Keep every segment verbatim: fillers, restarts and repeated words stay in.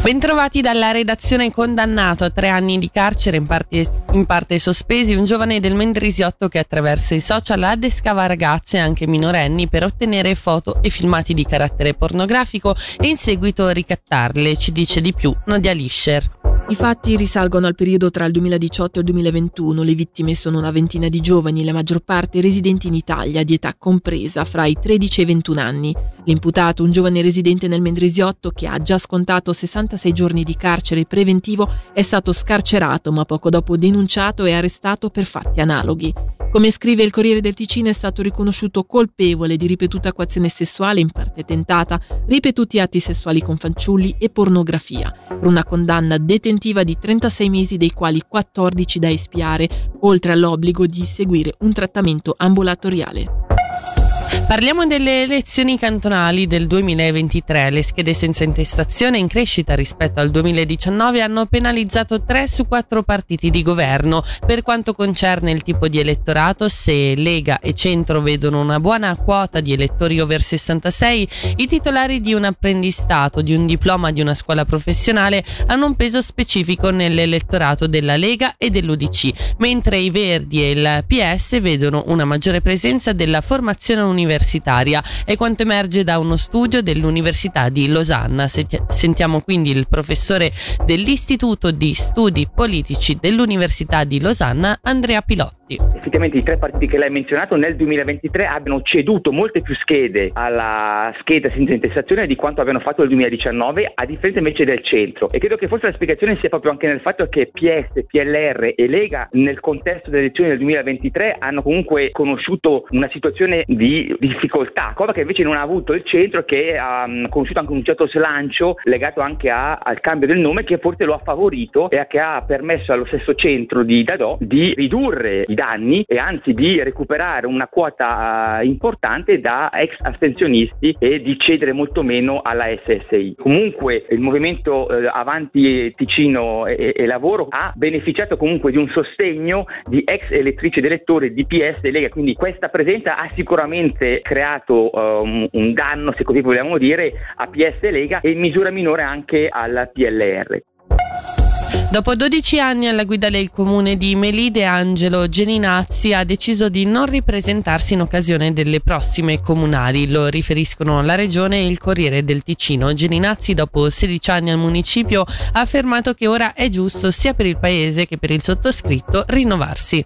Bentrovati dalla redazione. Condannato a tre anni di carcere in parte, in parte sospesi un giovane del Mendrisiotto che attraverso i social adescava ragazze anche minorenni per ottenere foto e filmati di carattere pornografico e in seguito ricattarle. Ci dice di più Nadia Lischer. I fatti risalgono al periodo tra il duemiladiciotto e il duemilaventuno. Le vittime sono una ventina di giovani, la maggior parte residenti in Italia, di età compresa fra i tredici e i ventuno anni. L'imputato, un giovane residente nel Mendrisiotto che ha già scontato sessantasei giorni di carcere preventivo, è stato scarcerato ma poco dopo denunciato e arrestato per fatti analoghi. Come scrive il Corriere del Ticino, è stato riconosciuto colpevole di ripetuta coazione sessuale in parte tentata, ripetuti atti sessuali con fanciulli e pornografia, per una condanna detentiva di trentasei mesi, dei quali quattordici da espiare, oltre all'obbligo di seguire un trattamento ambulatoriale. Parliamo delle elezioni cantonali del duemilaventitré. Le schede senza intestazione, in crescita rispetto al duemiladiciannove, hanno penalizzato tre su quattro partiti di governo. Per quanto concerne il tipo di elettorato, se Lega e Centro vedono una buona quota di elettori over sessantasei, i titolari di un apprendistato, di un diploma di una scuola professionale hanno un peso specifico nell'elettorato della Lega e dell'U D C, mentre i Verdi e il P S vedono una maggiore presenza della formazione universitaria. È quanto emerge da uno studio dell'Università di Losanna. Sentiamo quindi il professore dell'Istituto di Studi Politici dell'Università di Losanna, Andrea Pilotti. Effettivamente i tre partiti che lei ha menzionato nel duemilaventitré abbiano ceduto molte più schede alla scheda senza intestazione di quanto abbiano fatto nel duemiladiciannove, a differenza invece del centro, e credo che forse la spiegazione sia proprio anche nel fatto che P S, P L R e Lega nel contesto delle elezioni del duemilaventitré hanno comunque conosciuto una situazione di difficoltà, cosa che invece non ha avuto il centro, che ha conosciuto anche un certo slancio legato anche a, al cambio del nome, che forse lo ha favorito e che ha permesso allo stesso centro di Dadò di ridurre i danni e anzi di recuperare una quota uh, importante da ex astensionisti e di cedere molto meno alla S S I. Comunque il movimento uh, Avanti Ticino e, e Lavoro ha beneficiato comunque di un sostegno di ex elettrici ed elettori di P S e Lega, quindi questa presenza ha sicuramente creato um, un danno, se così vogliamo dire, a P S e Lega e in misura minore anche alla P L R. Dopo dodici anni alla guida del comune di Melide, Angelo Geninazzi ha deciso di non ripresentarsi in occasione delle prossime comunali. Lo riferiscono la Regione e il Corriere del Ticino. Geninazzi, dopo sedici anni al municipio, ha affermato che ora è giusto sia per il paese che per il sottoscritto rinnovarsi.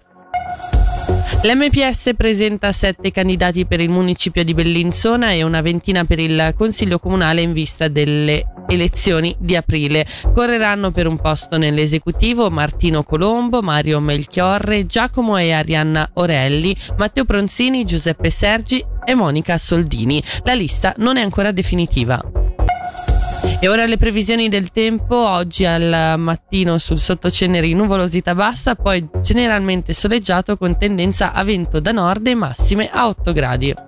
L'M P S presenta sette candidati per il municipio di Bellinzona e una ventina per il consiglio comunale in vista delle elezioni di aprile. Correranno per un posto nell'esecutivo Martino Colombo, Mario Melchiorre, Giacomo e Arianna Orelli, Matteo Pronzini, Giuseppe Sergi e Monica Soldini. La lista non è ancora definitiva. E ora le previsioni del tempo. Oggi al mattino sul sottoceneri nuvolosità bassa, poi generalmente soleggiato con tendenza a vento da nord e massime a otto gradi.